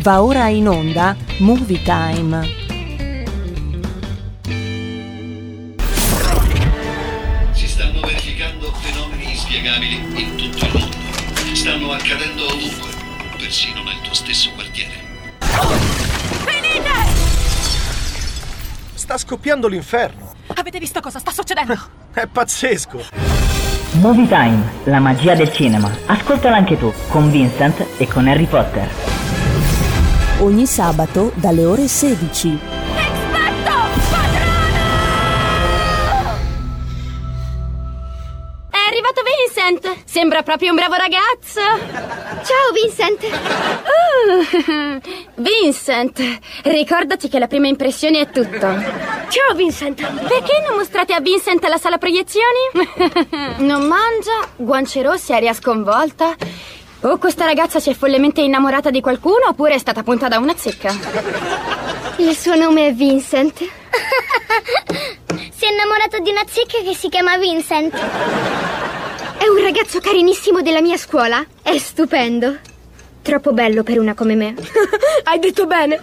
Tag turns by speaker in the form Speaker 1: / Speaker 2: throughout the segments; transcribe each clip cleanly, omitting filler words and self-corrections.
Speaker 1: Va ora in onda Movie Time.
Speaker 2: Si stanno verificando fenomeni inspiegabili in tutto il mondo. Stanno accadendo ovunque, persino nel tuo stesso quartiere.
Speaker 3: Venite!
Speaker 4: Sta scoppiando l'inferno.
Speaker 3: Avete visto cosa sta succedendo?
Speaker 4: È pazzesco.
Speaker 5: Movie Time, la magia del cinema. Ascoltala anche tu, con Vincent e con Harry Potter.
Speaker 1: Ogni sabato dalle ore 16.
Speaker 3: Expecto Patrono!
Speaker 6: È arrivato Vincent! Sembra proprio un bravo ragazzo! Ciao Vincent! Vincent, ricordati che la prima impressione è tutto. Ciao Vincent! Perché non mostrate a Vincent la sala proiezioni? Non mangia, guance rosse, aria sconvolta. O questa ragazza si è follemente innamorata di qualcuno oppure è stata punta da una zecca.
Speaker 7: Il suo nome è Vincent. Si è innamorato di una zecca che si chiama Vincent. È un ragazzo carinissimo della mia scuola. È stupendo. Troppo bello per una come me.
Speaker 3: Hai detto bene!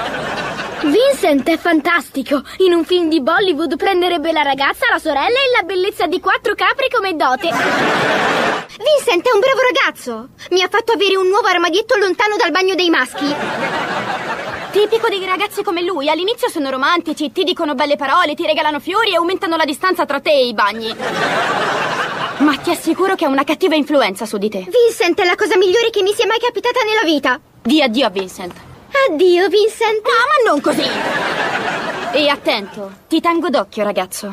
Speaker 7: Vincent è fantastico. In un film di Bollywood prenderebbe la ragazza, la sorella e la bellezza di 4 capri come dote. Vincent è un bravo ragazzo. Mi ha fatto avere un nuovo armadietto lontano dal bagno dei maschi.
Speaker 6: Tipico di ragazzi come lui, all'inizio sono romantici, ti dicono belle parole, ti regalano fiori e aumentano la distanza tra te e i bagni. Ma ti assicuro che ha una cattiva influenza su di te.
Speaker 7: Vincent è la cosa migliore che mi sia mai capitata nella vita.
Speaker 6: Di addio a Vincent.
Speaker 7: Addio, Vincent.
Speaker 6: Ah, ma non così! E attento, ti tengo d'occhio, ragazzo.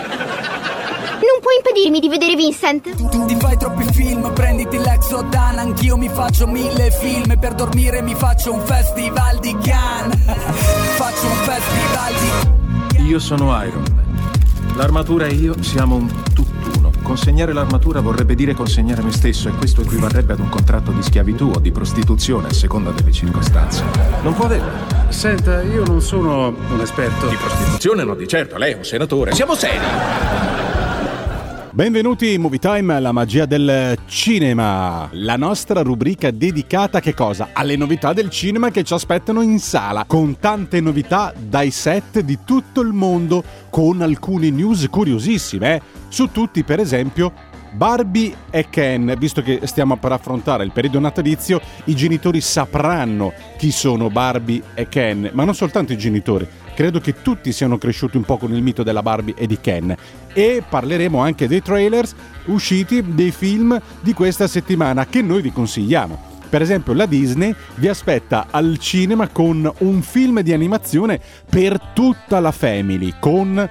Speaker 7: Non puoi impedirmi di vedere Vincent.
Speaker 8: Tu ti fai troppi film, prenditi l'Exodan. Anch'io mi faccio 1000 film. Per dormire mi faccio un festival di Cannes. Faccio un festival di...
Speaker 9: Io sono Iron Man. L'armatura e io siamo un tutt'uno. Consegnare l'armatura vorrebbe dire consegnare me stesso, e questo equivarrebbe ad un contratto di schiavitù o di prostituzione a seconda delle circostanze. Non può averlo.
Speaker 10: Senta, io non sono un esperto.
Speaker 11: Di prostituzione no, di certo, lei è un senatore. Siamo seri!
Speaker 12: Benvenuti in Movie Time, la magia del cinema. La nostra rubrica dedicata a che cosa? Alle novità del cinema che ci aspettano in sala, con tante novità dai set di tutto il mondo, con alcune news curiosissime. Su tutti, per esempio, Barbie e Ken. Visto che stiamo per affrontare il periodo natalizio, i genitori sapranno chi sono Barbie e Ken, ma non soltanto i genitori. Credo che tutti siano cresciuti un po' con il mito della Barbie e di Ken. E parleremo anche dei trailers usciti dei film di questa settimana che noi vi consigliamo. Per esempio, la Disney vi aspetta al cinema con un film di animazione per tutta la family, con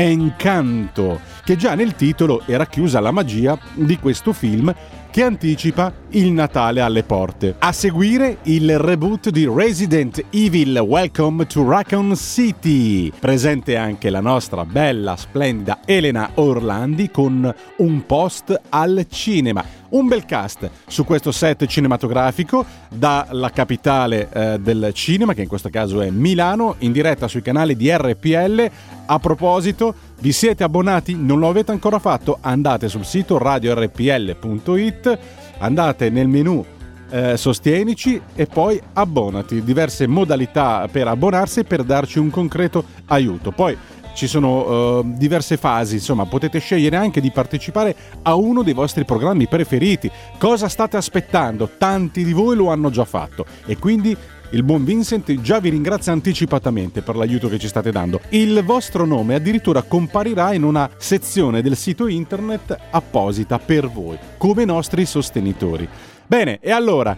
Speaker 12: Encanto, che già nel titolo era chiusa la magia di questo film che anticipa il Natale alle porte. A seguire il reboot di Resident Evil Welcome to Raccoon City. Presente anche la nostra bella, splendida Elena Orlandi con un post al cinema. Un bel cast su questo set cinematografico dalla capitale del cinema, che in questo caso è Milano, in diretta sui canali di RPL. A proposito, vi siete abbonati? Non lo avete ancora fatto? Andate sul sito radiorpl.it, andate nel menu Sostienici e poi abbonati. Diverse modalità per abbonarsi e per darci un concreto aiuto. Poi ci sono diverse fasi, insomma, potete scegliere anche di partecipare a uno dei vostri programmi preferiti. Cosa state aspettando? Tanti di voi lo hanno già fatto e quindi il buon Vincent già vi ringrazia anticipatamente per l'aiuto che ci state dando. Il vostro nome addirittura comparirà in una sezione del sito internet apposita per voi, come nostri sostenitori. Bene, e allora,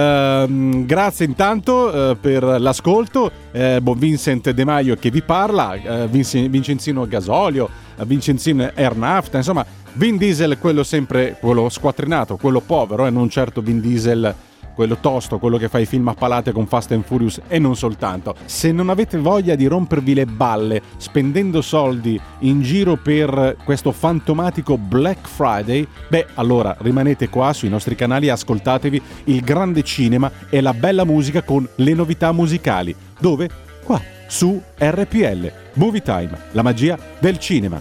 Speaker 12: grazie intanto per l'ascolto, buon Vincent De Maio che vi parla, Vincenzino Gasolio, Vincenzino Ernafta, insomma, Vin Diesel, quello sempre, quello squattrinato, quello povero, e non certo Vin Diesel quello tosto, quello che fa i film a palate con Fast and Furious e non soltanto. Se non avete voglia di rompervi le balle spendendo soldi in giro per questo fantomatico Black Friday, beh, allora rimanete qua sui nostri canali e ascoltatevi il grande cinema e la bella musica con le novità musicali. Dove? Qua, su RPL. Movie Time, la magia del cinema.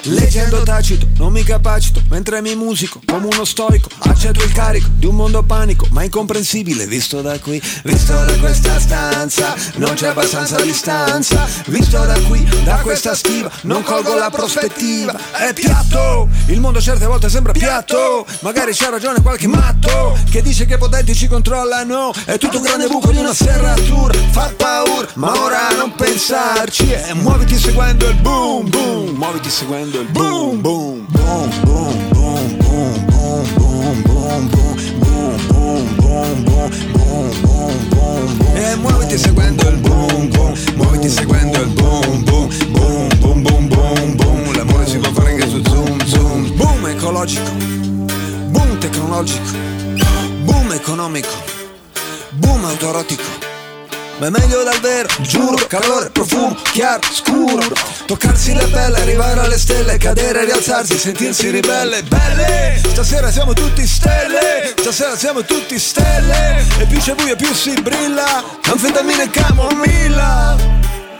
Speaker 13: Leggendo tacito, non mi capacito, mentre mi musico come uno stoico. Accetto il carico di un mondo panico, ma incomprensibile visto da qui, visto da questa stanza. Non c'è abbastanza distanza, visto da qui, da questa stiva. Non colgo la prospettiva, è piatto. Il mondo certe volte sembra piatto. Magari c'ha ragione qualche matto che dice che i potenti ci controllano. È tutto un grande buco di una serratura. Fa paura, ma ora non pensarci. E muoviti seguendo il boom boom, muoviti seguendo il boom boom boom boom boom boom boom boom boom boom boom boom boom. E muoviti seguendo il boom boom, muoviti seguendo il boom boom boom boom boom boom boom. L'amore si può fare anche su zoom zoom. Boom ecologico, boom tecnologico, boom economico, boom autorotico. Ma è meglio dal vero, giuro, calore, profumo, chiaro, scuro. Toccarsi le pelle, arrivare alle stelle, cadere, rialzarsi, sentirsi ribelle. Belle, stasera siamo tutti stelle, stasera siamo tutti stelle. E più c'è buio più si brilla, anfetamina e camomilla.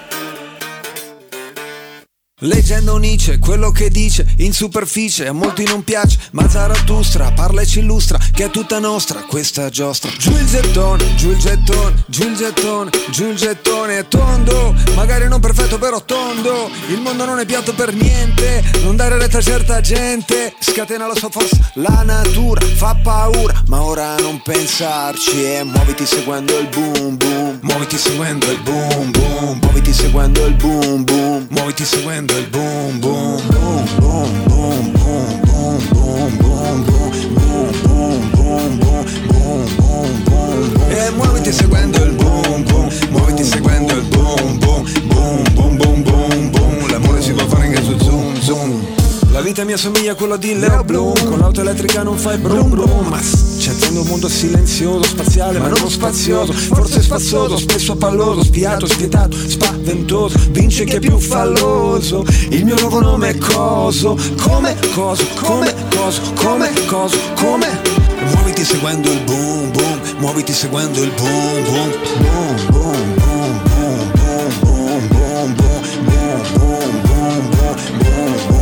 Speaker 13: Leggendo Nietzsche, quello che dice in superficie a molti non piace, ma Zarathustra parla e ci illustra che è tutta nostra questa giostra. Giù il gettone, giù il gettone, giù il gettone, giù il gettone. È tondo, magari non perfetto però tondo. Il mondo non è piatto per niente, non dare retta a certa gente. Scatena la sua forza, la natura fa paura, ma ora non pensarci. E muoviti seguendo il boom boom, muoviti seguendo il boom boom, muoviti seguendo il boom boom, muoviti seguendo il boom boom boom boom boom boom boom boom boom boom boom boom boom. E muoviti seguendo il boom boom, muoviti seguendo il boom boom boom boom boom boom boom. L'amore si può fare anche su zoom zoom. La vita mia somiglia a quella di Leo Bloom. Con l'auto elettrica non fai brum brum. Ma c'è un mondo silenzioso, spaziale ma non spazioso. Forse spazzoso, spesso palloso, spiato, spietato, spaventoso. Vince chi è più falloso. Il mio nuovo nome è coso. Come coso, come coso, come coso, come. Muoviti seguendo il boom boom, muoviti seguendo il boom boom boom boom boom boom boom boom boom boom boom boom boom boom.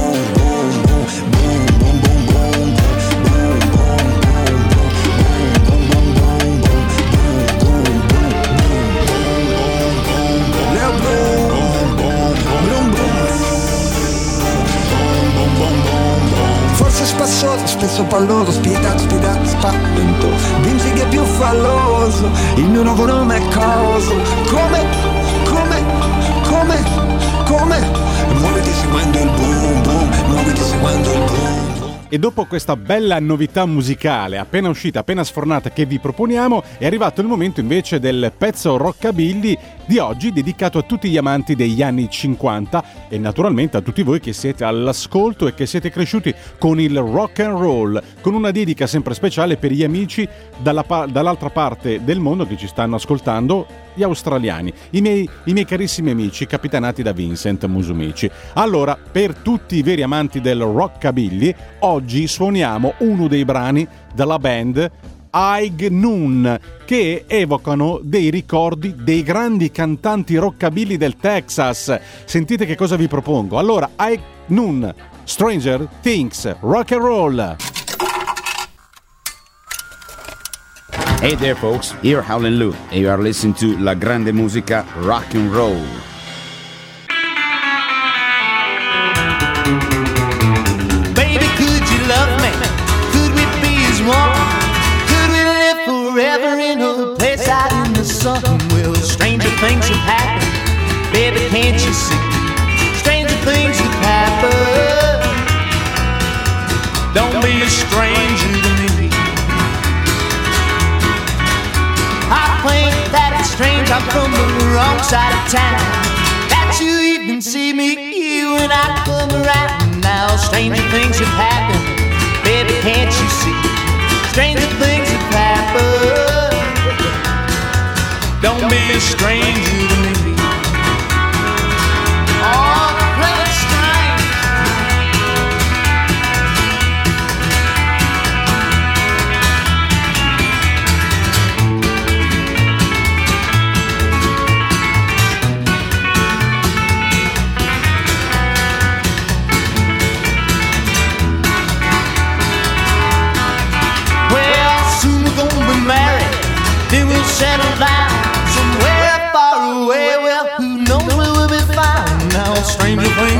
Speaker 13: Spassoso, spesso palloso, spietato, spietato, spaventoso. Vinci che è più falloso. Il mio nuovo nome è coso. Come, come, come, come. Muoviti seguendo il boom boom, muoviti seguendo il boom.
Speaker 12: E dopo questa bella novità musicale appena uscita, appena sfornata che vi proponiamo, è arrivato il momento invece del pezzo rockabilly di oggi dedicato a tutti gli amanti degli anni 50 e naturalmente a tutti voi che siete all'ascolto e che siete cresciuti con il rock and roll, con una dedica sempre speciale per gli amici dall'altra parte del mondo che ci stanno ascoltando, gli australiani, i miei carissimi amici capitanati da Vincent Musumeci. Allora, per tutti i veri amanti del rockabilly, oggi suoniamo uno dei brani della band High Noon, che evocano dei ricordi dei grandi cantanti rockabilly del Texas. Sentite che cosa vi propongo. Allora, High Noon, Stranger Things, rock and roll.
Speaker 14: Hey there folks, here Howlin' Lou and you are listening to La Grande Musica Rock and Roll.
Speaker 15: Baby, could you love me? Could we be as one? Could we live forever in a place out in the sun? Well, stranger things have happened, baby, can't you see? Stranger things have happened. Don't be a stranger to me. I think that it's strange I'm from the wrong side of town, that you even see me when I come around. Now stranger things have happened, baby, can't you see? Stranger things have happened. Don't be a stranger to me. Oh, really strange.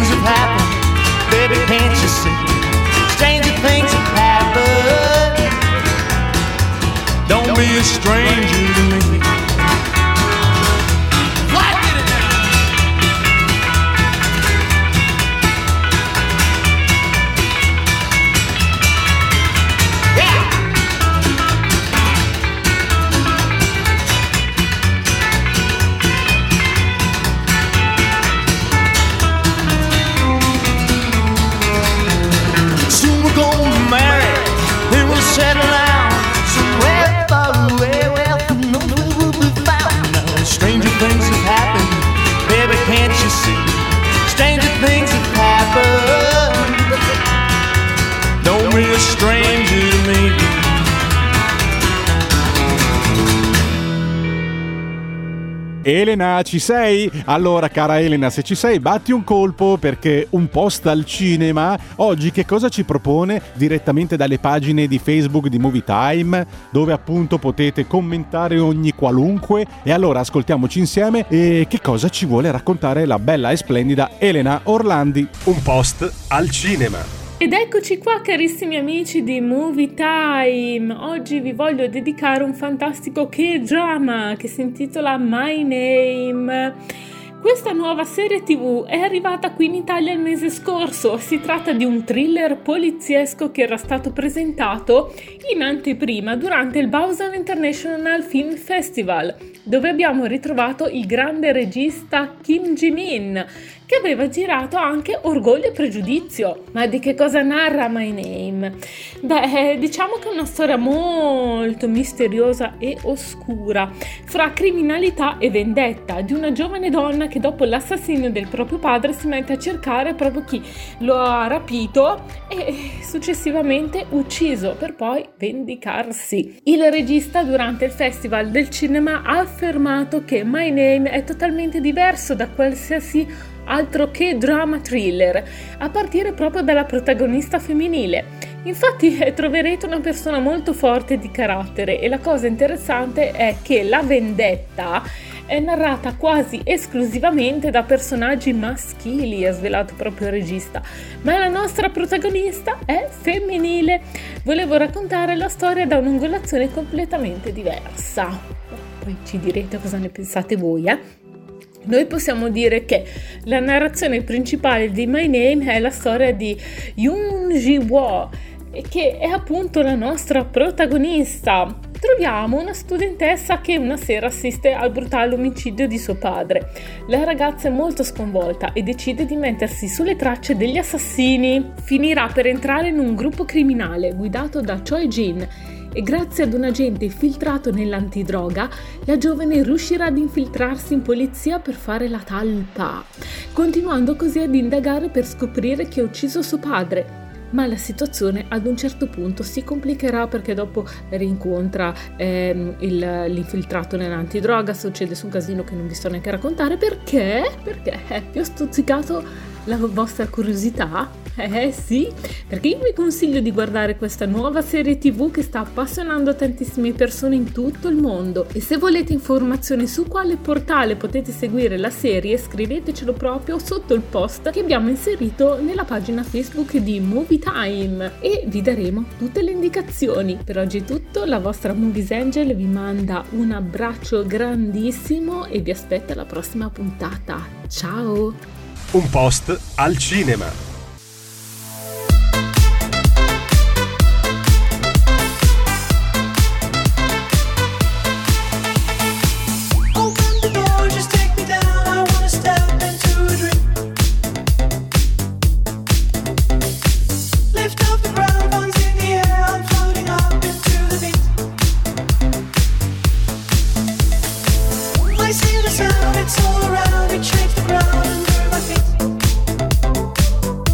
Speaker 15: things have happened. Baby, can't you see? Stranger things have happened. Don't be a stranger to me. Settle down somewhere far away where no one will be found. Now, stranger things have happened, baby, can't you see? Stranger things have happened. Don't be a stranger to me.
Speaker 12: Elena, ci sei? Allora, cara Elena, se ci sei, batti un colpo, perché Un Post al Cinema oggi che cosa ci propone direttamente dalle pagine di Facebook di Movie Time, dove appunto potete commentare ogni qualunque. E allora ascoltiamoci insieme e che cosa ci vuole raccontare la bella e splendida Elena Orlandi.
Speaker 4: Un Post al Cinema.
Speaker 16: Ed eccoci qua, carissimi amici di Movie Time. Oggi vi voglio dedicare un fantastico K-drama che si intitola My Name. Questa nuova serie TV è arrivata qui in Italia il mese scorso. Si tratta di un thriller poliziesco che era stato presentato in anteprima durante il Busan International Film Festival, dove abbiamo ritrovato il grande regista Kim Ji-min, che aveva girato anche Orgoglio e Pregiudizio. Ma di che cosa narra My Name? Beh, diciamo che è una storia molto misteriosa e oscura, fra criminalità e vendetta, di una giovane donna che dopo l'assassinio del proprio padre si mette a cercare proprio chi lo ha rapito e successivamente ucciso per poi vendicarsi. Il regista durante il Festival del Cinema ha affermato che My Name è totalmente diverso da qualsiasi altro che drama thriller, a partire proprio dalla protagonista femminile. Infatti troverete una persona molto forte di carattere e la cosa interessante è che la vendetta è narrata quasi esclusivamente da personaggi maschili, ha svelato proprio il regista, ma la nostra protagonista è femminile. Volevo raccontare la storia da un'angolazione completamente diversa. Poi ci direte cosa ne pensate voi, Noi possiamo dire che la narrazione principale di My Name è la storia di Yoon Ji-woo, che è appunto la nostra protagonista. Troviamo una studentessa che una sera assiste al brutale omicidio di suo padre. La ragazza è molto sconvolta e decide di mettersi sulle tracce degli assassini. Finirà per entrare in un gruppo criminale guidato da Choi Jin, e grazie ad un agente infiltrato nell'antidroga, la giovane riuscirà ad infiltrarsi in polizia per fare la talpa, continuando così ad indagare per scoprire chi ha ucciso suo padre. Ma la situazione ad un certo punto si complicherà, perché dopo rincontra l'infiltrato nell'antidroga, succede su un casino che non vi sto neanche a raccontare. Perché? Perché vi ho stuzzicato la vostra curiosità? Sì, perché io vi consiglio di guardare questa nuova serie TV che sta appassionando tantissime persone in tutto il mondo. E se volete informazioni su quale portale potete seguire la serie, scrivetecelo proprio sotto il post che abbiamo inserito nella pagina Facebook di Movie Time e vi daremo tutte le indicazioni. Per oggi è tutto, la vostra Movies Angel vi manda un abbraccio grandissimo e vi aspetta alla prossima puntata. Ciao!
Speaker 4: Un Post al Cinema.
Speaker 17: It's all around, it shakes the ground under my feet.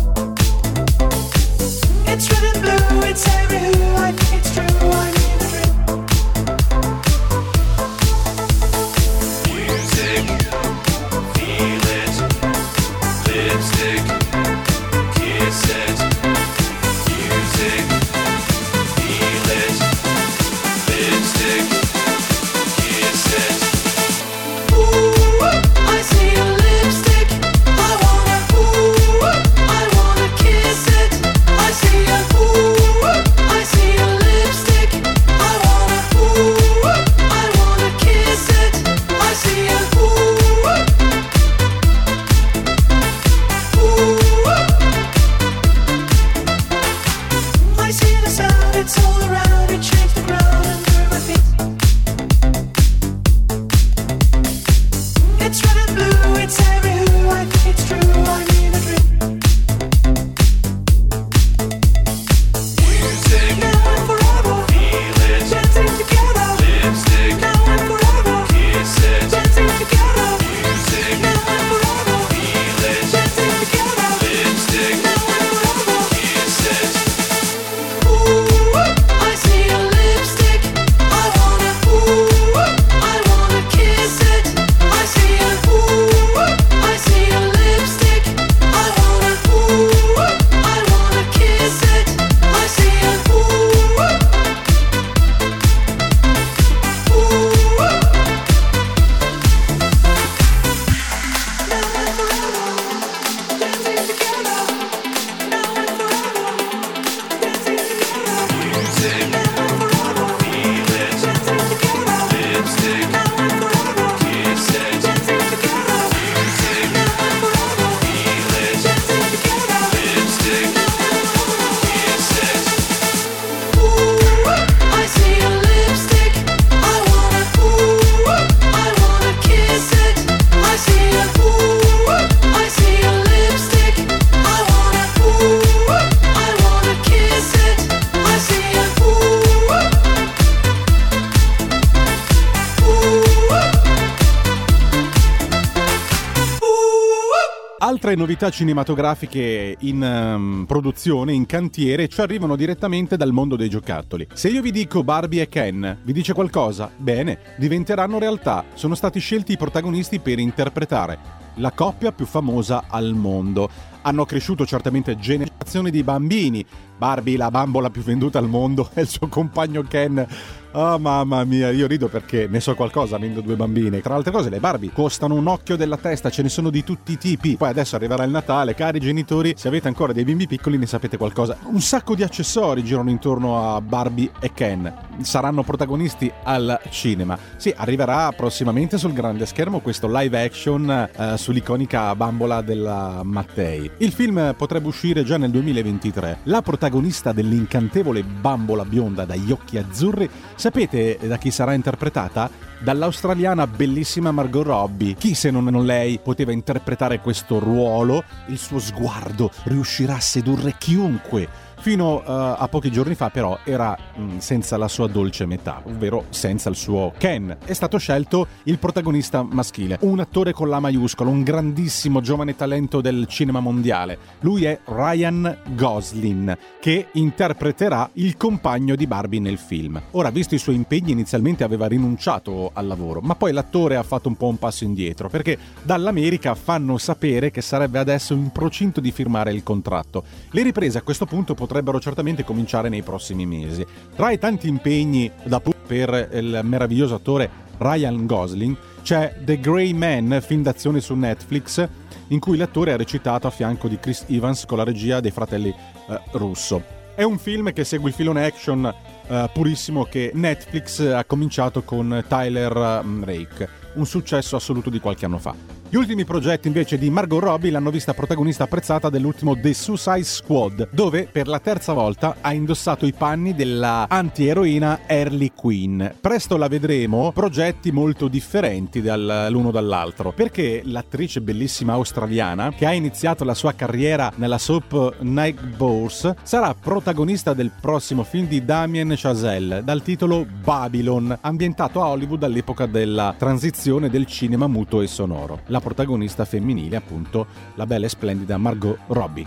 Speaker 12: altre novità cinematografiche in produzione, in cantiere, ci arrivano direttamente dal mondo dei giocattoli. Se io vi dico Barbie e Ken, vi dice qualcosa? Bene, diventeranno realtà. Sono stati scelti i protagonisti per interpretare la coppia più famosa al mondo. Hanno cresciuto certamente generazioni di bambini. Barbie, la bambola più venduta al mondo, e il suo compagno Ken. Oh mamma mia, io rido perché ne so qualcosa avendo 2 bambine. Tra altre cose, le Barbie costano un occhio della testa, ce ne sono di tutti i tipi. Poi adesso arriverà il Natale, cari genitori, se avete ancora dei bimbi piccoli ne sapete qualcosa. Un sacco di accessori girano intorno a Barbie e Ken. Saranno protagonisti al cinema. Sì, arriverà prossimamente sul grande schermo questo live action sull'iconica bambola della Mattei. Il film potrebbe uscire già nel 2023. La protagonista dell'incantevole bambola bionda dagli occhi azzurri, sapete da chi sarà interpretata? Dall'australiana bellissima Margot Robbie. Chi se non lei poteva interpretare questo ruolo? Il suo sguardo riuscirà a sedurre chiunque. Fino a pochi giorni fa però era senza la sua dolce metà, ovvero senza il suo Ken. È stato scelto il protagonista maschile, un attore con la maiuscola, un grandissimo giovane talento del cinema mondiale. Lui è Ryan Gosling, che interpreterà il compagno di Barbie nel film. Ora, visto i suoi impegni, inizialmente aveva rinunciato al lavoro, ma poi l'attore ha fatto un po' un passo indietro, perché dall'America fanno sapere che sarebbe adesso in procinto di firmare il contratto. Le riprese a questo punto potrebbero certamente cominciare nei prossimi mesi. Tra i tanti impegni per il meraviglioso attore Ryan Gosling c'è The Gray Man, film d'azione su Netflix, in cui l'attore ha recitato a fianco di Chris Evans con la regia dei fratelli Russo. È un film che segue il filone action purissimo che Netflix ha cominciato con Tyler Rake, un successo assoluto di qualche anno fa. Gli ultimi progetti invece di Margot Robbie l'hanno vista protagonista apprezzata dell'ultimo The Suicide Squad, dove per la terza volta ha indossato i panni della antieroina Harley Quinn. Presto la vedremo progetti molto differenti l'uno dall'altro, perché l'attrice bellissima australiana, che ha iniziato la sua carriera nella soap Neighbours, sarà protagonista del prossimo film di Damien Chazelle dal titolo Babylon, ambientato a Hollywood all'epoca della transizione del cinema muto e sonoro. La protagonista femminile, appunto, la bella e splendida Margot Robbie.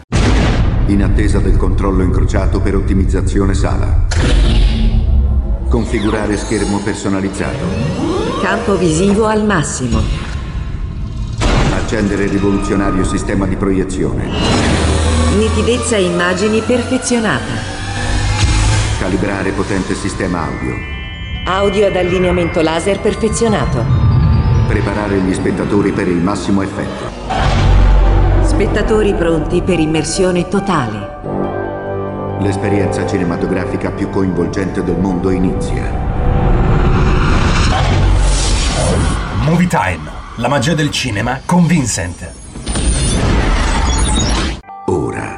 Speaker 17: In attesa del controllo incrociato per ottimizzazione sala. Configurare schermo personalizzato.
Speaker 18: Campo visivo al massimo.
Speaker 17: Accendere rivoluzionario sistema di proiezione.
Speaker 18: Nitidezza immagini perfezionata.
Speaker 17: Calibrare potente sistema audio.
Speaker 18: Audio ad allineamento laser perfezionato.
Speaker 17: Preparare gli spettatori per il massimo effetto.
Speaker 18: Spettatori pronti per immersione totale.
Speaker 17: L'esperienza cinematografica più coinvolgente del mondo inizia.
Speaker 19: Movie Time, la magia del cinema con Vincent.
Speaker 17: Ora.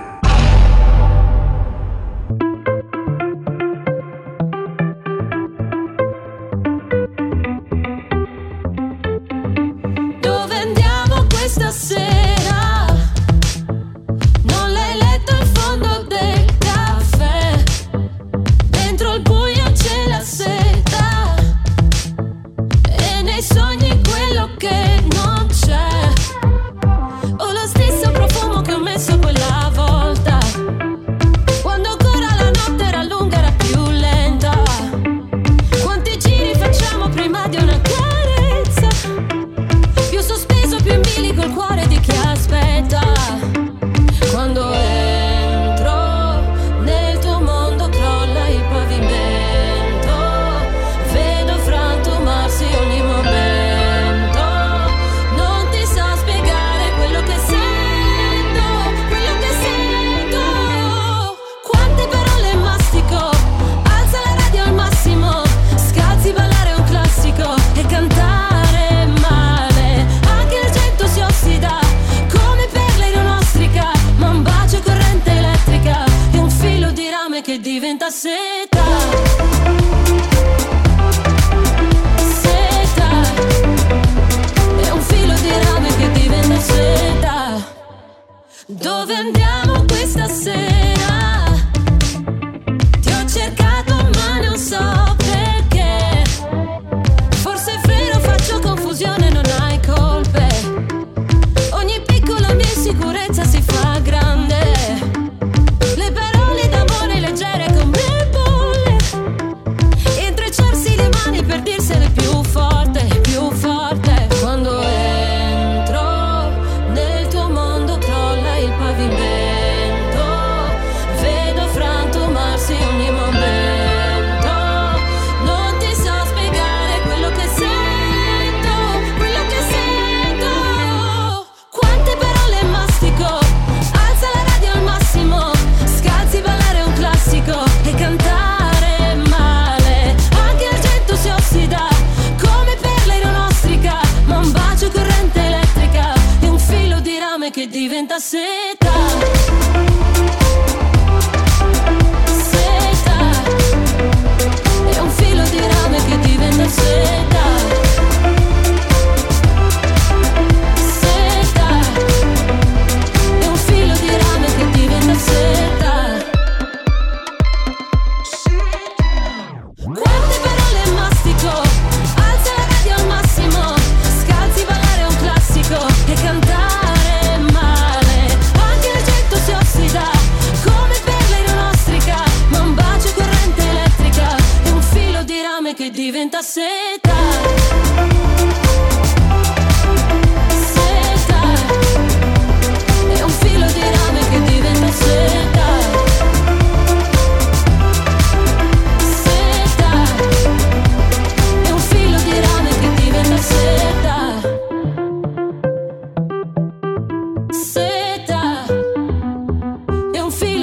Speaker 20: Dove andiamo questa sera? Ti ho cercato ma non so perché. Forse è vero, faccio confusione, non hai colpe. Ogni piccola mia insicurezza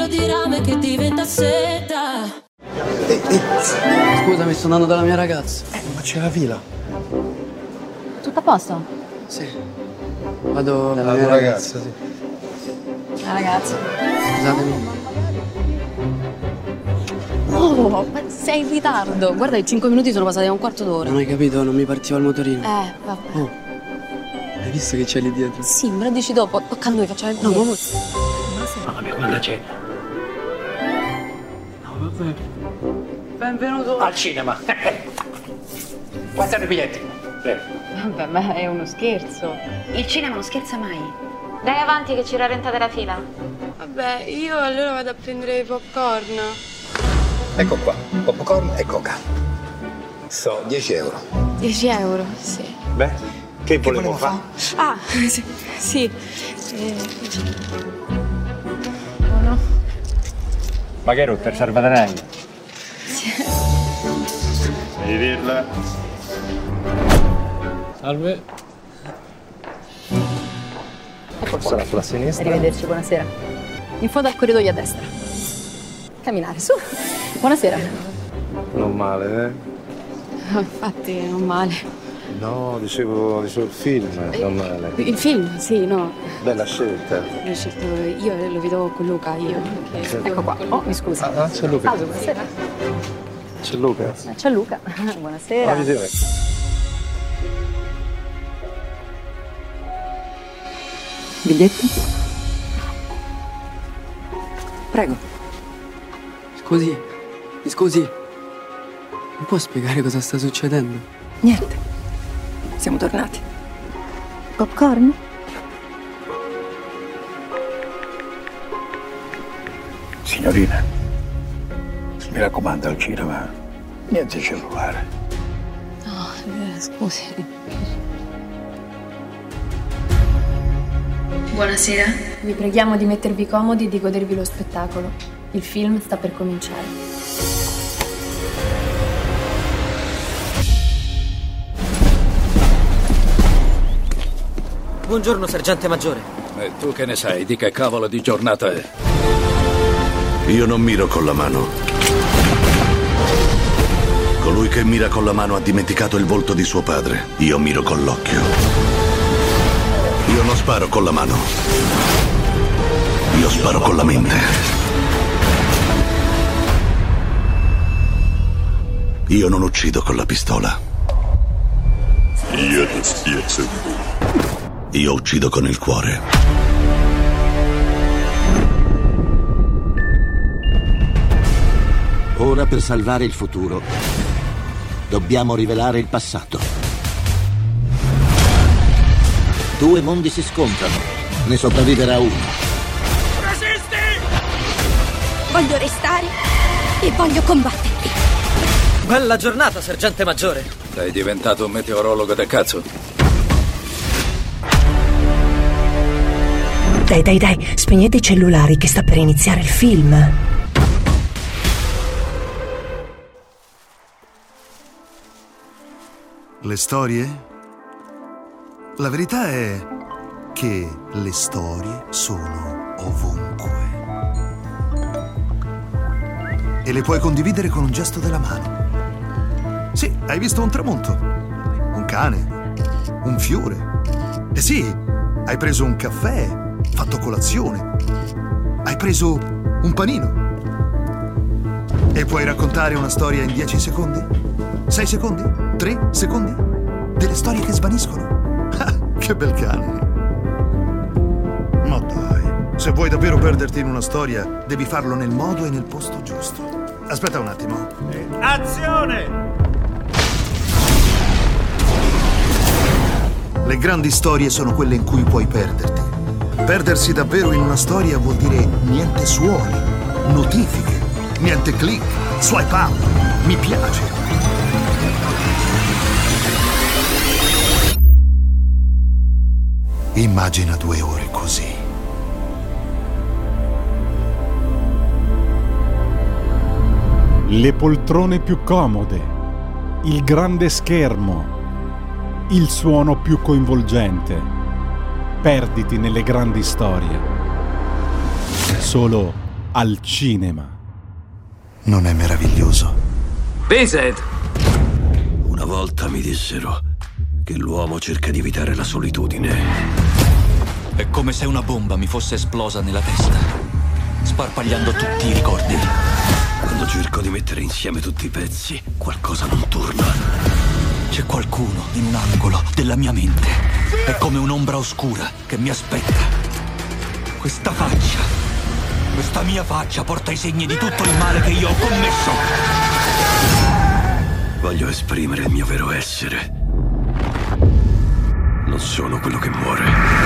Speaker 20: di rame che diventa seta.
Speaker 21: Scusami, sto andando dalla mia ragazza.
Speaker 22: Ma c'è la fila.
Speaker 23: Tutto a posto?
Speaker 21: Sì. Vado dalla mia
Speaker 22: ragazza, sì.
Speaker 23: La ragazza.
Speaker 21: Scusatemi.
Speaker 23: Oh, ma sei in ritardo. Guarda, i 5 minuti sono passati a un quarto d'ora.
Speaker 21: Non hai capito, non mi partiva il motorino.
Speaker 23: Vabbè.
Speaker 21: Oh, hai visto che c'è lì dietro?
Speaker 23: Sì, me lo dici dopo. Tocca a noi, facciamo il
Speaker 21: No,
Speaker 23: video.
Speaker 21: Vabbè, quando c'è? No, vabbè. Benvenuto
Speaker 22: al cinema. Quanti sono i biglietti? Prego.
Speaker 23: Vabbè, ma è uno scherzo.
Speaker 6: Il cinema non scherza mai.
Speaker 23: Dai avanti che ci rallentate la fila.
Speaker 3: Vabbè, io allora vado a prendere i popcorn.
Speaker 22: Ecco qua, popcorn e coca. So, 10 euro.
Speaker 3: 10 euro, sì.
Speaker 22: Beh, che volevo fare?
Speaker 3: Ah, sì. Uno.
Speaker 22: Ma che rotto, il salvadanaio?
Speaker 3: Sì.
Speaker 22: Devi dirla. Salve.
Speaker 23: Ecco
Speaker 22: Sarà sulla sinistra.
Speaker 23: Arrivederci, buonasera. In fondo al corridoio a destra. Camminare, su. Buonasera.
Speaker 22: Non male, eh?
Speaker 23: Infatti, non male.
Speaker 22: No, dicevo il film, non male.
Speaker 23: Il film, sì, no.
Speaker 22: Bella scelta.
Speaker 23: L'ho scelto io, lo vedo con Luca, io. Ecco qua. Oh, mi scusa.
Speaker 22: Ah, c'è Luca.
Speaker 23: Buonasera.
Speaker 22: C'è Luca.
Speaker 23: C'è Luca. Buonasera.
Speaker 21: Biglietto? Prego. Scusi, mi scusi. Mi può spiegare cosa sta succedendo?
Speaker 23: Niente. Siamo tornati. Popcorn?
Speaker 22: Signorina, mi raccomando al cinema, niente cellulare.
Speaker 23: No, scusi.
Speaker 6: Buonasera.
Speaker 23: Vi preghiamo di mettervi comodi e di godervi lo spettacolo. Il film sta per cominciare.
Speaker 21: Buongiorno, sergente maggiore.
Speaker 11: E tu che ne sai di che cavolo di giornata è?
Speaker 24: Io non miro con la mano. Colui che mira con la mano ha dimenticato il volto di suo padre. Io miro con l'occhio. Io non sparo con la mano. Io sparo con la mente. Io non uccido con la pistola. Io uccido con il cuore.
Speaker 25: Ora, per salvare il futuro, dobbiamo rivelare il passato. Due mondi si scontrano. Ne sopravviverà uno.
Speaker 7: Voglio restare e voglio combatterli.
Speaker 21: Bella giornata, sergente maggiore.
Speaker 11: Sei diventato un meteorologo del cazzo.
Speaker 1: Dai, spegnete i cellulari che sta per iniziare il film.
Speaker 26: Le storie? La verità è che le storie sono ovunque. E le puoi condividere con un gesto della mano. Sì, hai visto un tramonto, un cane, un fiore. E sì, hai preso un caffè, fatto colazione. Hai preso un panino. E puoi raccontare una storia in 10 secondi? 6 secondi? 3 secondi? Delle storie che svaniscono. Che bel cane. Ma dai, se vuoi davvero perderti in una storia, devi farlo nel modo e nel posto giusto. Aspetta un attimo.
Speaker 22: Azione!
Speaker 26: Le grandi storie sono quelle in cui puoi perderti. Perdersi davvero in una storia vuol dire niente suoni, notifiche, niente click, swipe up, mi piace. Immagina 2 ore così.
Speaker 12: Le poltrone più comode, il grande schermo, il suono più coinvolgente. Perditi nelle grandi storie. Solo al cinema.
Speaker 26: Non è meraviglioso?
Speaker 11: Vincent!
Speaker 24: Una volta mi dissero che l'uomo cerca di evitare la solitudine.
Speaker 2: È come se una bomba mi fosse esplosa nella testa, sparpagliando tutti i ricordi.
Speaker 24: Quando cerco di mettere insieme tutti i pezzi, qualcosa non torna.
Speaker 2: C'è qualcuno in un angolo della mia mente. È come un'ombra oscura che mi aspetta. Questa faccia, questa mia faccia porta i segni di tutto il male che io ho commesso.
Speaker 24: Voglio esprimere il mio vero essere. Non sono quello che muore.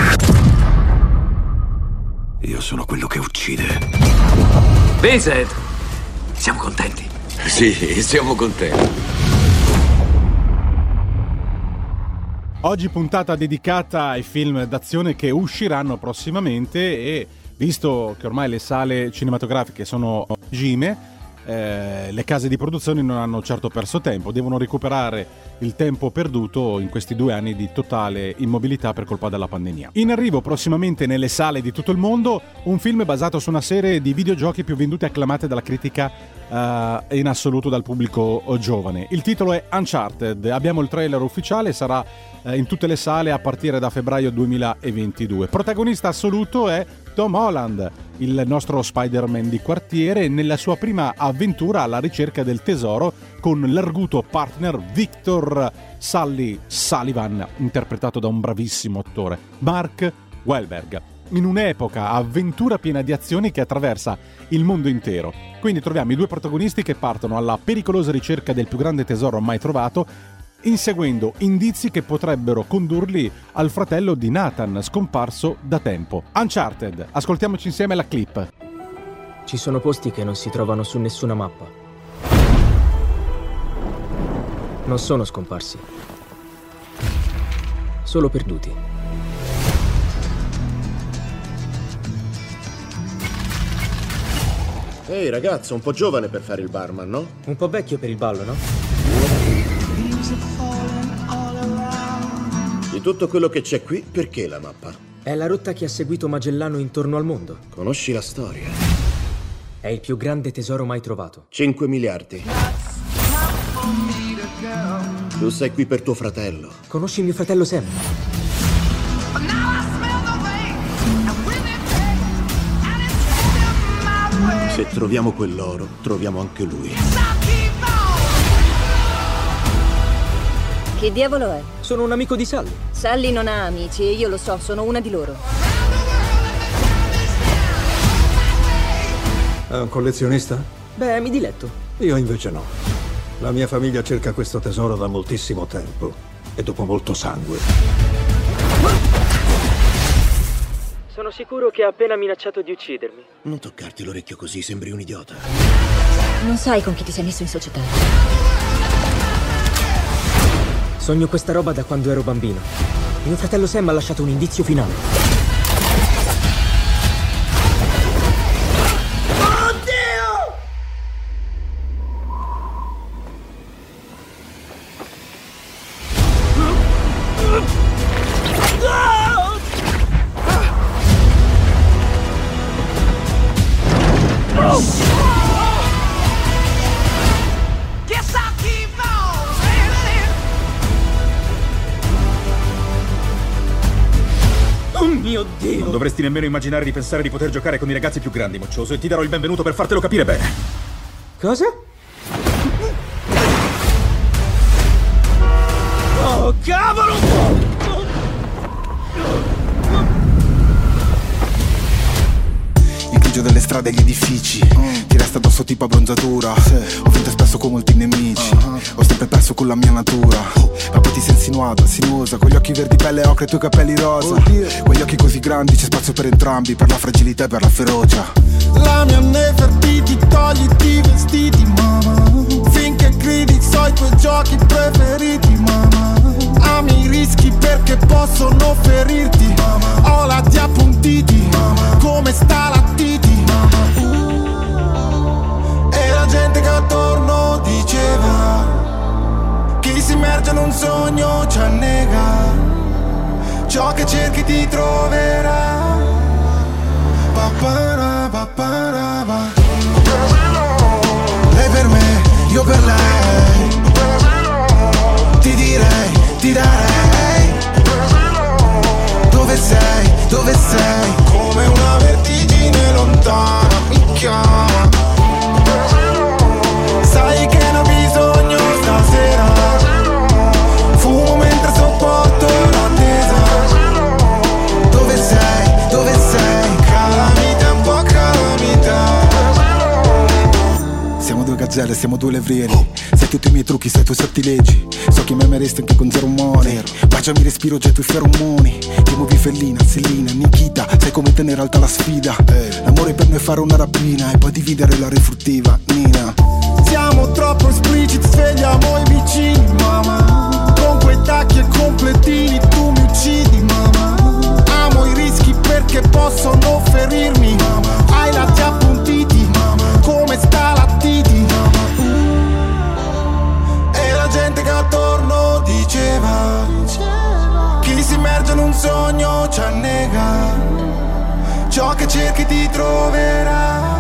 Speaker 24: Io sono quello che uccide.
Speaker 11: Vincent! Siamo contenti?
Speaker 24: Sì, siamo contenti.
Speaker 12: Oggi puntata dedicata ai film d'azione che usciranno prossimamente e visto che ormai le sale cinematografiche sono regime, le case di produzione non hanno certo perso tempo, devono recuperare il tempo perduto in questi 2 anni di totale immobilità per colpa della pandemia. In arrivo prossimamente nelle sale di tutto il mondo un film basato su una serie di videogiochi più venduti e acclamate dalla critica in assoluto dal pubblico giovane. Il titolo è Uncharted, abbiamo il trailer ufficiale, sarà in tutte le sale a partire da febbraio 2022. Protagonista assoluto è Tom Holland, il nostro Spider-Man di quartiere, nella sua prima avventura alla ricerca del tesoro con l'arguto partner Victor Sullivan, interpretato da un bravissimo attore, Mark Wahlberg. In un'epoca avventura piena di azioni che attraversa il mondo intero. Quindi troviamo i 2 protagonisti che partono alla pericolosa ricerca del più grande tesoro mai trovato, inseguendo indizi che potrebbero condurli al fratello di Nathan, scomparso da tempo. Uncharted, ascoltiamoci insieme la clip.
Speaker 5: Ci sono posti che non si trovano su nessuna mappa. Non sono scomparsi. Solo perduti.
Speaker 8: Ehi ragazzo, un po' giovane per fare il barman, no?
Speaker 5: Un po' vecchio per il ballo, no?
Speaker 8: Di tutto quello che c'è qui, perché la mappa?
Speaker 5: È la rotta che ha seguito Magellano intorno al mondo.
Speaker 8: Conosci la storia?
Speaker 5: È il più grande tesoro mai trovato.
Speaker 8: 5 miliardi. Tu sei qui per tuo fratello.
Speaker 5: Conosci mio fratello Sam?
Speaker 8: Se troviamo quell'oro, troviamo anche lui.
Speaker 9: Che diavolo è?
Speaker 5: Sono un amico di Sally.
Speaker 9: Sally non ha amici e io lo so, sono una di loro.
Speaker 10: È un collezionista?
Speaker 5: Beh, mi diletto.
Speaker 10: Io invece no. La mia famiglia cerca questo tesoro da moltissimo tempo e dopo molto sangue.
Speaker 5: Sono sicuro che ha appena minacciato di uccidermi.
Speaker 8: Non toccarti l'orecchio così, sembri un idiota.
Speaker 9: Non sai con chi ti sei messo in società.
Speaker 5: Sogno questa roba da quando ero bambino. Mio fratello Sam ha lasciato un indizio finale. Mio Dio!
Speaker 10: Non dovresti nemmeno immaginare di pensare di poter giocare con i ragazzi più grandi, moccioso, e ti darò il benvenuto per fartelo capire bene.
Speaker 5: Cosa? Oh, cavolo!
Speaker 13: Il grigio delle strade e gli edifici ti resta addosso tipo abbronzatura. Ho vinto spesso con molti nemici, ho sempre perso con la mia natura. Ma poi ti sei insinuata, sinuosa, con gli occhi verdi pelle ocre e i tuoi capelli rosa. Con gli occhi così grandi c'è spazio per entrambi, per la fragilità e per la ferocia.
Speaker 27: La mia Nefertiti, togliti i vestiti, mamma. Finché gridi so i tuoi giochi preferiti, mamma. Ami i rischi perché possono ferirti, mamma. Ho lati appuntiti, mamma. Come sta la Titi, mamma. E la gente che attorno diceva: chi si immerge in un sogno ci annega, ciò che cerchi ti troverà. Papara, papara,
Speaker 13: Gel, siamo due levrieri. Sai tutti i miei trucchi, sai i tuoi sortilegi. So che mi ameresti anche con zero money. Baciami, respiro, getto i feromoni. Ti muovi Fellina, Sellina, Nikita. Sai come tenere alta la sfida. L'amore per noi è fare una rapina e poi dividere la refruttiva, Nina.
Speaker 27: Siamo troppo espliciti, svegliamo i vicini, mamma. Con quei tacchi e completini tu mi uccidi, mamma. Amo i rischi perché possono ferirmi, mamma. Hai lati appuntiti, mamma. Come sta la Titi, e la gente che attorno diceva chi si immerge in un sogno ci annega. Ciò che cerchi ti troverà.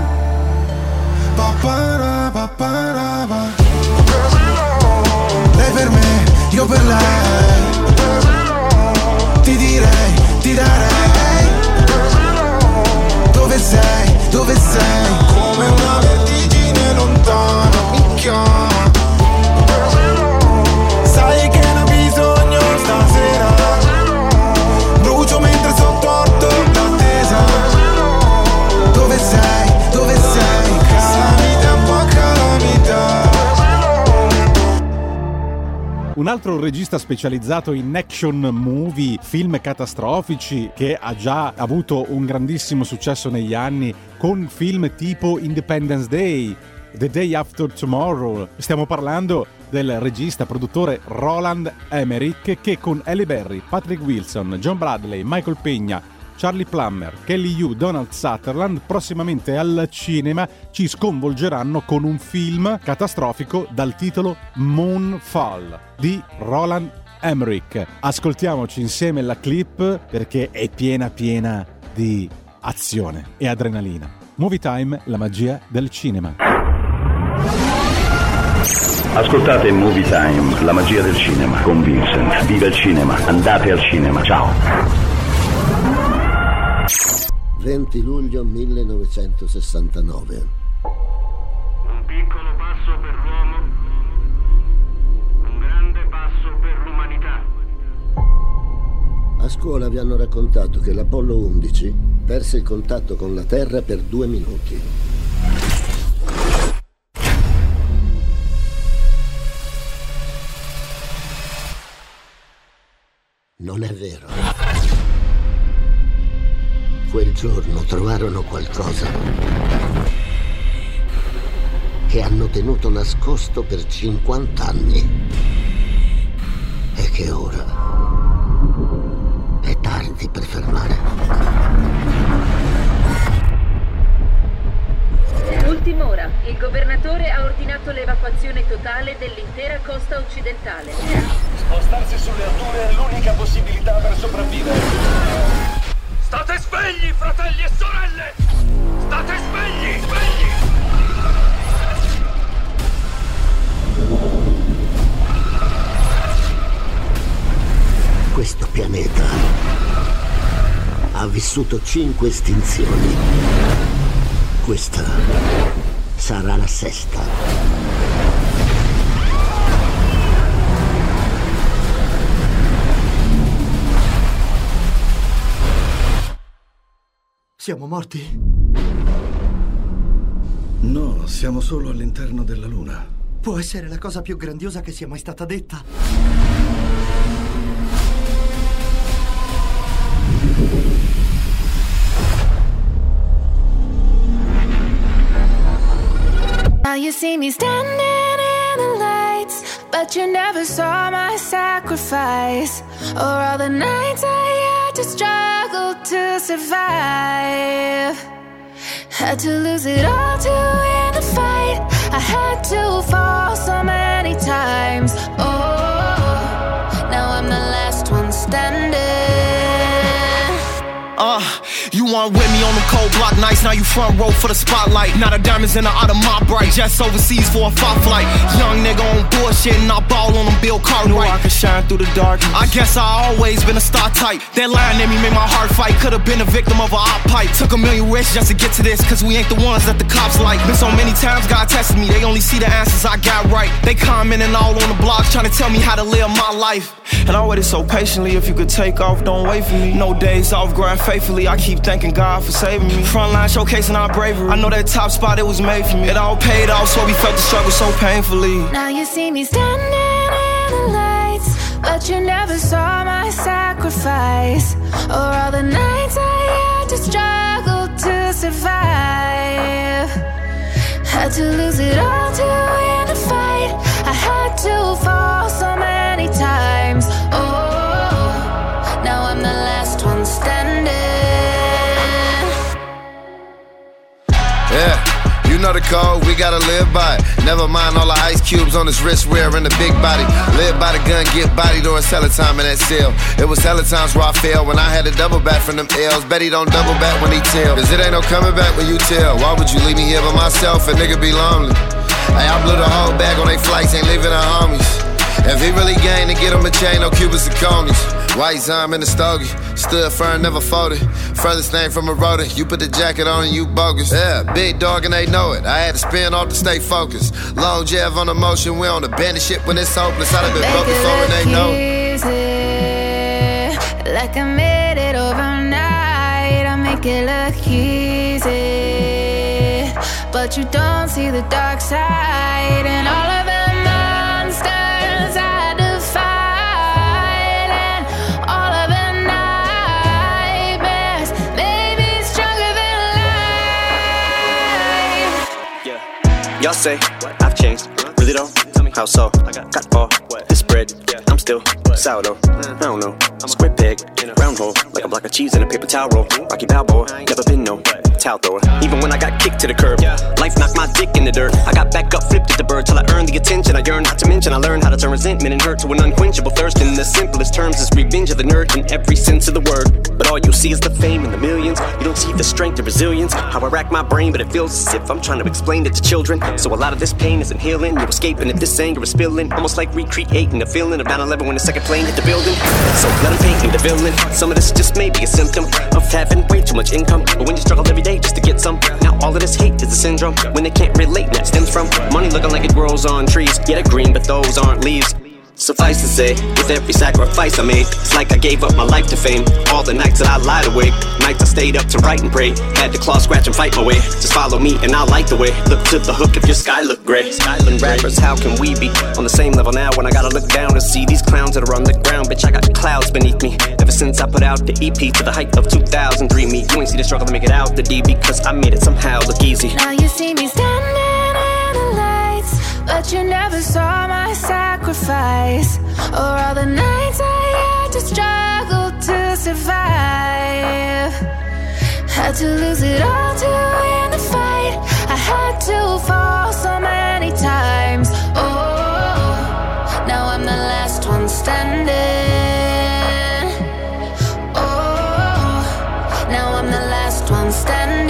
Speaker 27: Lei per me, io per lei. Ti direi, ti darei. Dove sei, dove sei? Come una vertigine lontana mi chiama. Sai che ne ho bisogno stasera. Brucio mentre sottorto l'attesa. Dove sei, dove sei? Calamita, un po' calamita.
Speaker 12: Un altro regista specializzato in action movie, film catastrofici, che ha già avuto un grandissimo successo negli anni con film tipo Independence Day, The Day After Tomorrow. Stiamo parlando del regista produttore Roland Emmerich, che con Halle Berry, Patrick Wilson, John Bradley, Michael Peña, Charlie Plummer, Kelly Hu, Donald Sutherland prossimamente al cinema ci sconvolgeranno con un film catastrofico dal titolo Moonfall di Roland Emmerich. Ascoltiamoci insieme la clip perché è piena di azione e adrenalina. Movie Time, la magia del cinema.
Speaker 24: Ascoltate Movie Time, la magia del cinema con Vincent. Viva il cinema, andate al cinema, ciao.
Speaker 25: 20 luglio 1969.
Speaker 4: Un piccolo passo per l'uomo, un grande passo per l'umanità.
Speaker 25: A scuola vi hanno raccontato che l'Apollo 11 perse il contatto con la Terra per 2 minuti. Non è vero. Quel giorno trovarono qualcosa che hanno tenuto nascosto per 50 anni e che ora è tardi per fermare.
Speaker 14: Ultima ora, il governatore ha ordinato l'evacuazione totale dell'intera costa occidentale.
Speaker 4: Spostarsi sulle alture è l'unica possibilità per sopravvivere. State svegli, fratelli e sorelle! State svegli, svegli!
Speaker 25: Questo pianeta ha vissuto 5 estinzioni. Questa sarà la 6ª.
Speaker 26: Siamo morti? No, siamo solo all'interno della Luna.
Speaker 15: Può essere la cosa più grandiosa che sia mai stata detta.
Speaker 16: Now you see me standing in the lights, but you never saw my sacrifice, or all the nights I had to struggle to survive. Had to lose it all to win the fight. I had to fall so many times. Oh, now I'm the last one standing.
Speaker 17: You weren't with me on the cold block nights, now you front row for the spotlight. Now the diamonds in the out of my bright, jets overseas for a fight flight. Young nigga on bullshit and I ball on them Bill Cartwright. Knew I could shine through the darkness. I guess I always been a star type. That line in me made my heart fight. Could've been a victim of a op pipe. Took a million risks just to get to this, cause we ain't the ones that the cops like. Been so many times God tested me, they only see the answers I got right. They commenting all on the blogs trying to tell me how to live my life. And I waited so patiently, if you could take off, don't wait for me. No days off, grind faithfully, I keep thinking thanking God for saving me. Frontline showcasing our bravery. I know that top spot, it was made for me. It all paid off, so we felt the struggle so painfully.
Speaker 16: Now you see me standing in the lights, but you never saw my sacrifice, or all the nights I had to struggle to survive. Had to lose it all to win the fight. I had to fall so many times. Oh, now I'm the last one standing.
Speaker 3: Yeah, you know the code, we gotta live by it. Never mind all the ice cubes on his wrist wearing the big body. Live by the gun, get body during cellar time in that cell. It was hella times where I failed when I had to double back from them L's. Bet he don't double back when he tell, cause it ain't no coming back when you tell. Why would you leave me here by myself? A nigga be lonely. Hey, I blew the whole bag on they flights, ain't leaving the homies. If he really gained to get him a chain, no Cubans and conies. White Zime in the stogie, stood firm, never folded. Furthest thing from a rotor, you put the jacket on and you bogus. Yeah, big dog and they know it. I had to spin off to stay focused. Long Jeff on the motion, we on the bandit shit when it's hopeless. I'd have been broke before and they know
Speaker 16: it. Like I made it overnight, I make it look easy. But you don't see the dark side and all of the monsters I defied, and all of the nightmares made me stronger than life.
Speaker 6: Yeah. Y'all say I've changed, really though? How so? Got all this bread, I'm still sourdough. I don't know, square peg, round hole, like a block of cheese in a paper towel roll. Rocky Balboa, never been no towel thrower. Even when I got kicked to the curb, life knocked my dick in the dirt. I got back up, flipped at the bird till I earned the attention I yearned. Not to mention I learned how to turn resentment and hurt to an unquenchable thirst. In the simplest terms, is revenge of the nerd in every sense of the word. But all you see is the fame and the millions. You don't see the strength and resilience. How I rack my brain, but it feels as if I'm trying to explain it to children. So a lot of this pain isn't healing. You're escaping if this anger is spilling. Almost like recreating the feeling of 9/11 when the second plane hit the building. So let them paint me the villain. Some of this just may be a symptom of having way too much income. But when you struggle every day just to get some, now all of this hate is a syndrome. When they can't relate, and that stems from money looking like it grows on trees. Yeah, they're green, but those aren't leaves. Suffice to say, with every sacrifice I made, it's like I gave up my life to fame. All the nights that I lied awake, nights I stayed up to write and pray. Had to claw, scratch, and fight my way. Just follow me and I'll light the way. Look to the hook if your sky look gray. Skyland rappers, how can we be on the same level now when I gotta look down and see these clowns that are on the ground? Bitch, I got clouds beneath me. Ever since I put out the EP to the height of 2003, me, you ain't see the struggle to make it out the D, because I made it somehow look easy.
Speaker 16: Now you see me standing in the lights, but you never saw my sacrifice, or all the nights I had to struggle to survive. Had to lose it all to win the fight. I had to fall so many times. Oh, now I'm the last one standing. Oh, now I'm the last one standing.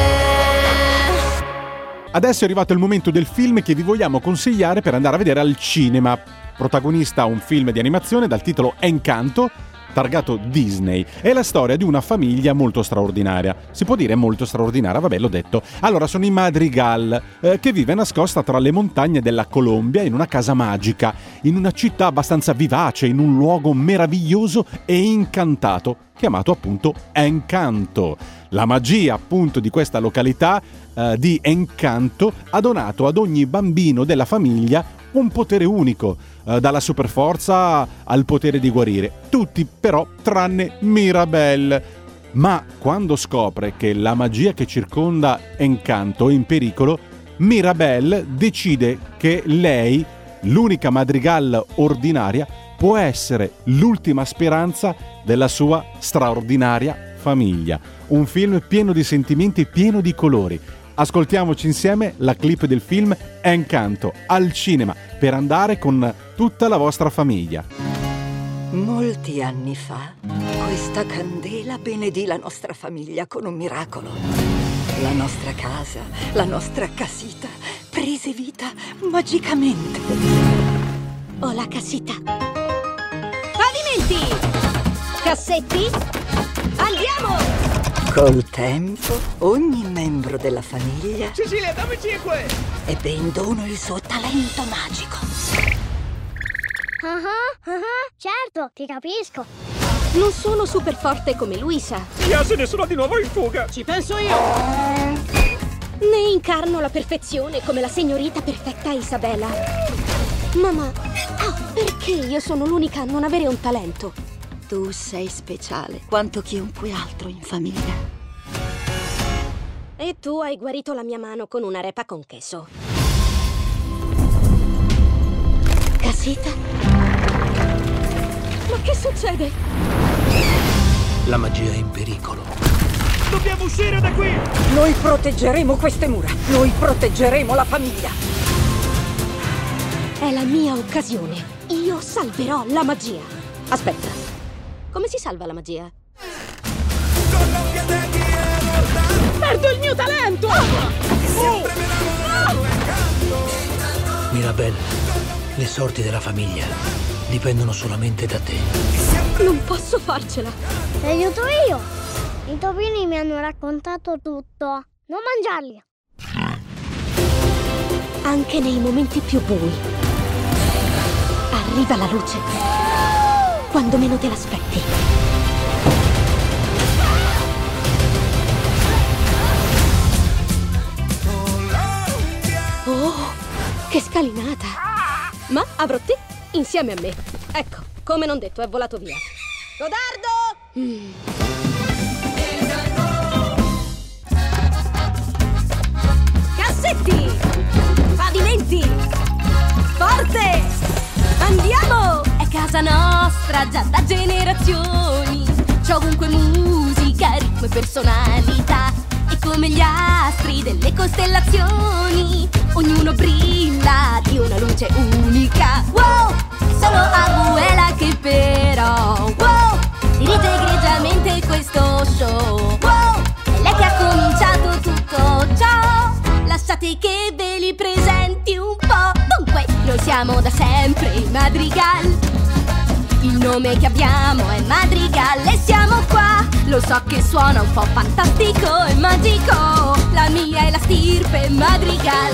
Speaker 12: Adesso è arrivato il momento del film che vi vogliamo consigliare per andare a vedere al cinema. Protagonista un film di animazione dal titolo Encanto, targato Disney. È la storia di una famiglia molto straordinaria. Si può dire molto straordinaria, vabbè, l'ho detto. Allora, sono i Madrigal, che vive nascosta tra le montagne della Colombia in una casa magica, in una città abbastanza vivace, in un luogo meraviglioso e incantato, chiamato appunto Encanto. La magia appunto di questa località di Encanto ha donato ad ogni bambino della famiglia un potere unico, dalla superforza al potere di guarire. Tutti però tranne Mirabelle. Ma quando scopre che la magia che circonda Encanto è in pericolo, Mirabelle decide che lei, l'unica Madrigal ordinaria, può essere l'ultima speranza della sua straordinaria famiglia. Un film pieno di sentimenti, pieno di colori. Ascoltiamoci insieme la clip del film Encanto al cinema per andare con tutta la vostra famiglia.
Speaker 1: Molti anni fa, questa candela benedì la nostra famiglia con un miracolo. La nostra casa, la nostra casita, prese vita magicamente.
Speaker 7: Ho la casita. Pavimenti! Cassetti? Andiamo!
Speaker 1: Col tempo, ogni membro della famiglia
Speaker 7: Cecilia, dammi 5!
Speaker 1: ebbe in dono il suo talento magico.
Speaker 7: Certo, ti capisco. Non sono super forte come Luisa.
Speaker 5: Yasene sono di nuovo in fuga.
Speaker 7: Ci penso io. Né incarno la perfezione come la signorita perfetta Isabella. Mamma, perché io sono l'unica a non avere un talento?
Speaker 1: Tu sei speciale quanto chiunque altro in famiglia.
Speaker 7: E tu hai guarito la mia mano con una repa con queso. Casita? Ma che succede?
Speaker 5: La magia è in pericolo. Dobbiamo uscire da qui!
Speaker 1: Noi proteggeremo queste mura. Noi proteggeremo la famiglia.
Speaker 7: È la mia occasione. Io salverò la magia. Aspetta, come si salva la magia? Perdo il mio talento!
Speaker 5: Mirabelle, le sorti della famiglia dipendono solamente da te.
Speaker 7: Non posso farcela.
Speaker 2: Ti aiuto io. I topini mi hanno raccontato tutto. Non mangiarli.
Speaker 7: Anche nei momenti più bui arriva la luce. Quando meno te l'aspetti. Oh, che scalinata! Ma avrò te insieme a me. Ecco, come non detto, è volato via. Codardo! Cassetti! Pavimenti! Forte! Andiamo! È casa nostra già da generazioni. C'è ovunque musica, ritmo e personalità. E come gli astri delle costellazioni, ognuno brilla di una luce unica. Wow! Solo Abuela che però, wow! Dirige egregiamente questo show. Wow! È lei che ha cominciato tutto ciò. Lasciate che ve li presenti un po'. Dunque, noi siamo da sempre i Madrigal. Il nome che abbiamo è Madrigal e siamo qua. Lo so che suona un po' fantastico e magico. La mia è la stirpe Madrigal.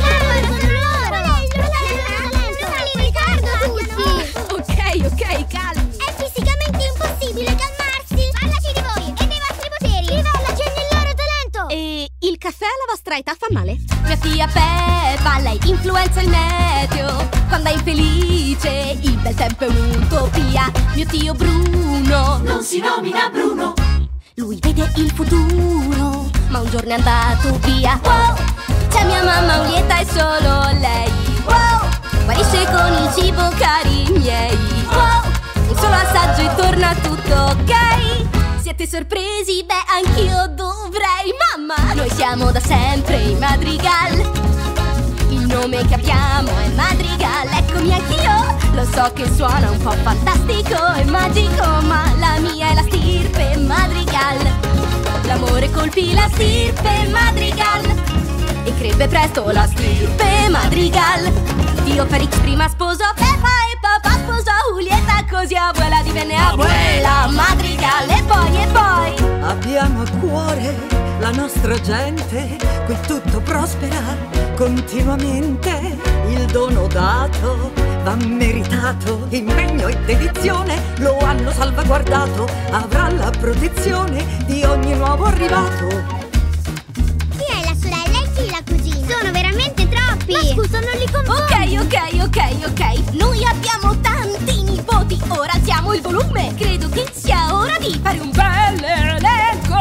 Speaker 7: Ok, calmi.
Speaker 2: È fisicamente impossibile calmarsi. Parlaci di voi e dei vostri poteri. Rivellaci ogni loro talento.
Speaker 7: E il caffè alla vostra età fa male? Mia figlia Peppa, lei influenza il meteo. Quando è infelice, il bel tempo è un'utopia. Mio zio Bruno non si nomina Bruno. Lui vede il futuro, ma un giorno è andato via. Wow! C'è mia mamma lieta e solo lei. Wow! Guarisce con il cibo, cari miei. Wow! Un solo assaggio e torna tutto ok. Siete sorpresi? Beh, anch'io dovrei. Mamma! Noi siamo da sempre i Madrigal. Il nome che abbiamo è Madrigal. Eccomi anch'io. Lo so che suona un po' fantastico e magico, ma la mia è la stirpe Madrigal. L'amore colpì la stirpe Madrigal e crebbe presto la stirpe Madrigal. Dio Felix prima sposò Peppa e papà sposò Julieta, così abuela divenne abuela Madrigal. E poi
Speaker 1: abbiamo a cuore la nostra gente, qui tutto prospera continuamente. Il dono dato va meritato, impegno e dedizione lo hanno salvaguardato. Avrà la protezione di ogni nuovo arrivato.
Speaker 2: Chi è la sorella e chi la cugina? Sono veramente troppi. Ma scusa, non li confondo.
Speaker 7: Ok. Noi abbiamo tanti nipoti. Ora alziamo il volume. Credo che sia ora di fare un bell'elenco.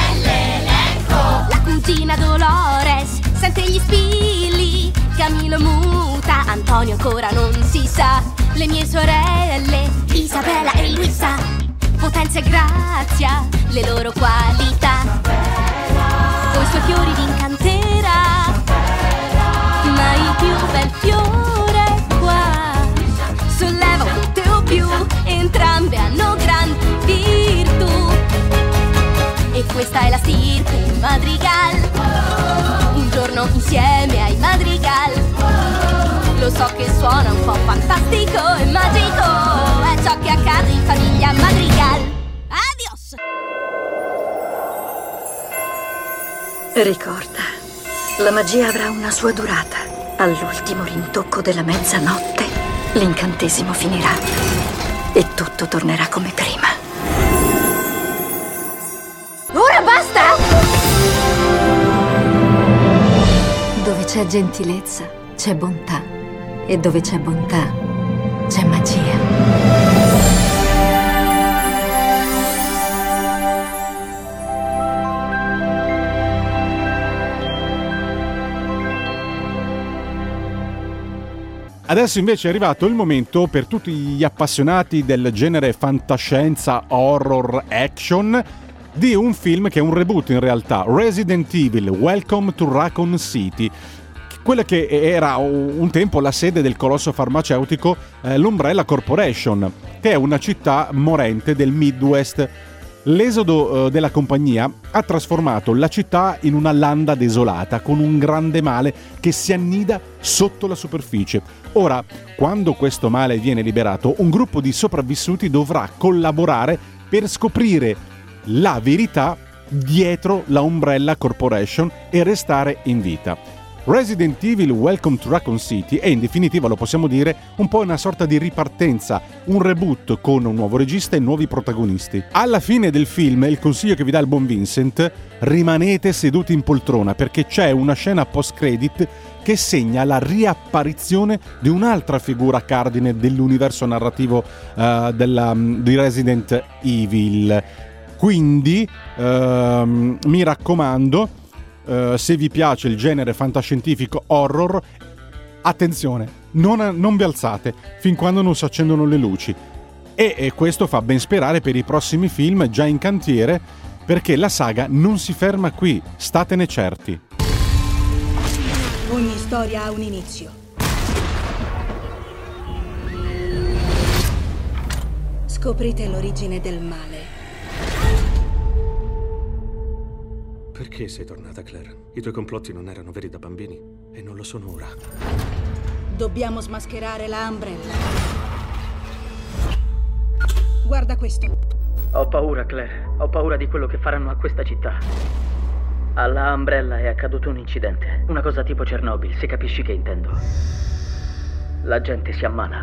Speaker 7: La cugina Dolores sente gli spilli. Camillo muta, Antonio ancora non si sa. Le mie sorelle Isabella e Luisa, potenza e grazia, le loro qualità. Coi suoi fiori d'incantera, ma il più bel fiore qua solleva un tutte o più. Entrambe hanno grandi virtù e questa è la stirpe Madrigal. Un giorno insieme ai Madrigal. Lo so che suona un po' fantastico e magico, è ciò che accade in famiglia Madrigal. Adios!
Speaker 1: Ricorda, la magia avrà una sua durata. All'ultimo rintocco della mezzanotte, l'incantesimo finirà e tutto tornerà come prima.
Speaker 7: Ora basta! Dove c'è gentilezza, c'è bontà. E dove c'è bontà, c'è magia.
Speaker 12: Adesso invece è arrivato il momento per tutti gli appassionati del genere fantascienza, horror, action, di un film che è un reboot in realtà, Resident Evil, Welcome to Raccoon City. Quella che era un tempo la sede del colosso farmaceutico, l'Umbrella Corporation, che è una città morente del Midwest. L'esodo della compagnia ha trasformato la città in una landa desolata, con un grande male che si annida sotto la superficie. Ora, quando questo male viene liberato, un gruppo di sopravvissuti dovrà collaborare per scoprire la verità dietro la Umbrella Corporation e restare in vita. Resident Evil Welcome to Raccoon City è, in definitiva, lo possiamo dire, un po' una sorta di ripartenza, un reboot con un nuovo regista e nuovi protagonisti. Alla fine del film, il consiglio che vi dà il buon Vincent: rimanete seduti in poltrona, perché c'è una scena post-credit che segna la riapparizione di un'altra figura cardine dell'universo narrativo di Resident Evil. Quindi, mi raccomando, se vi piace il genere fantascientifico horror, attenzione, non vi alzate fin quando non si accendono le luci. E questo fa ben sperare per i prossimi film già in cantiere, perché la saga non si ferma qui, statene certi.
Speaker 11: Ogni storia ha un inizio. Scoprite l'origine del male.
Speaker 10: Perché sei tornata, Claire? I tuoi complotti non erano veri da bambini e non lo sono ora.
Speaker 11: Dobbiamo smascherare la Umbrella. Guarda questo.
Speaker 18: Ho paura, Claire. Ho paura di quello che faranno a questa città. Alla Umbrella è accaduto un incidente. Una cosa tipo Chernobyl, se capisci che intendo. La gente si ammala.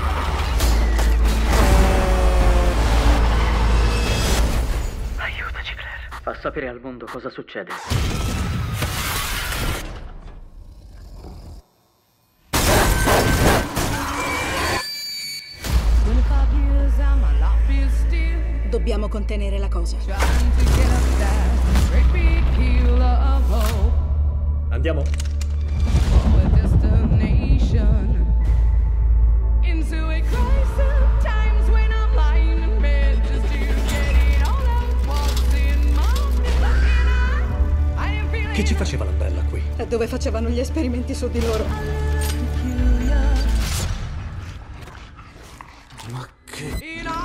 Speaker 18: Aiutaci, Claire. Fa sapere al mondo cosa succede.
Speaker 11: Dobbiamo contenere la cosa.
Speaker 10: Andiamo. Che ci faceva l'Umbrella qui?
Speaker 11: È dove facevano gli esperimenti su di loro.
Speaker 10: Ma che...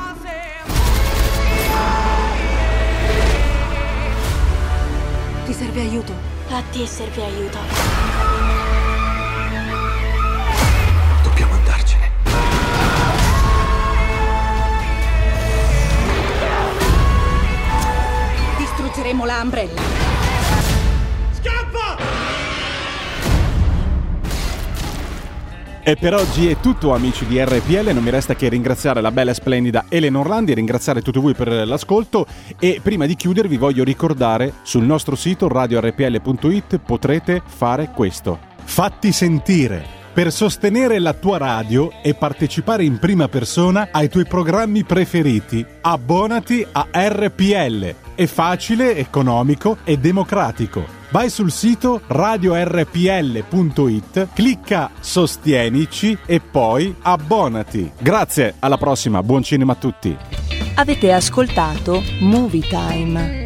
Speaker 11: Ti serve aiuto?
Speaker 2: A te serve aiuto.
Speaker 10: Dobbiamo andarcene.
Speaker 11: Distruggeremo la Umbrella.
Speaker 12: E per oggi è tutto, amici di RPL, non mi resta che ringraziare la bella e splendida Elena Orlandi, ringraziare tutti voi per l'ascolto, e prima di chiudervi voglio ricordare: sul nostro sito radiorpl.it potrete fare questo: fatti sentire, per sostenere la tua radio e partecipare in prima persona ai tuoi programmi preferiti. Abbonati a RPL, è facile, economico e democratico. Vai sul sito radiorpl.it, clicca Sostienici e poi abbonati. Grazie, alla prossima, buon cinema a tutti.
Speaker 19: Avete ascoltato Movie Time.